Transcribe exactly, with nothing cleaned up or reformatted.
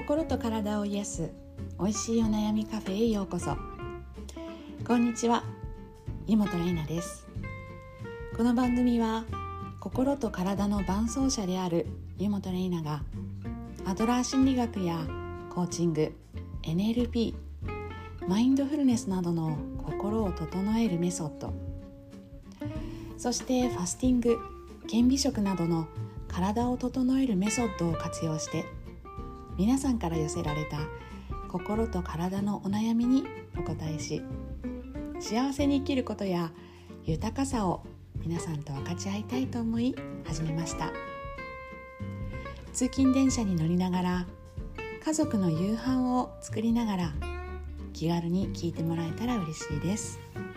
心と体を癒すおいしいお悩みカフェへようこそ。こんにちは、湯本玲奈です。この番組は心と体の伴走者である湯本玲奈がアドラー心理学やコーチング、エヌエルピー、マインドフルネスなどの心を整えるメソッド、そしてファスティング、顕微食などの体を整えるメソッドを活用して皆さんから寄せられた心と体のお悩みにお答えし、幸せに生きることや豊かさを皆さんと分かち合いたいと思い始めました。通勤電車に乗りながら、家族の夕飯を作りながら気軽に聞いてもらえたら嬉しいです。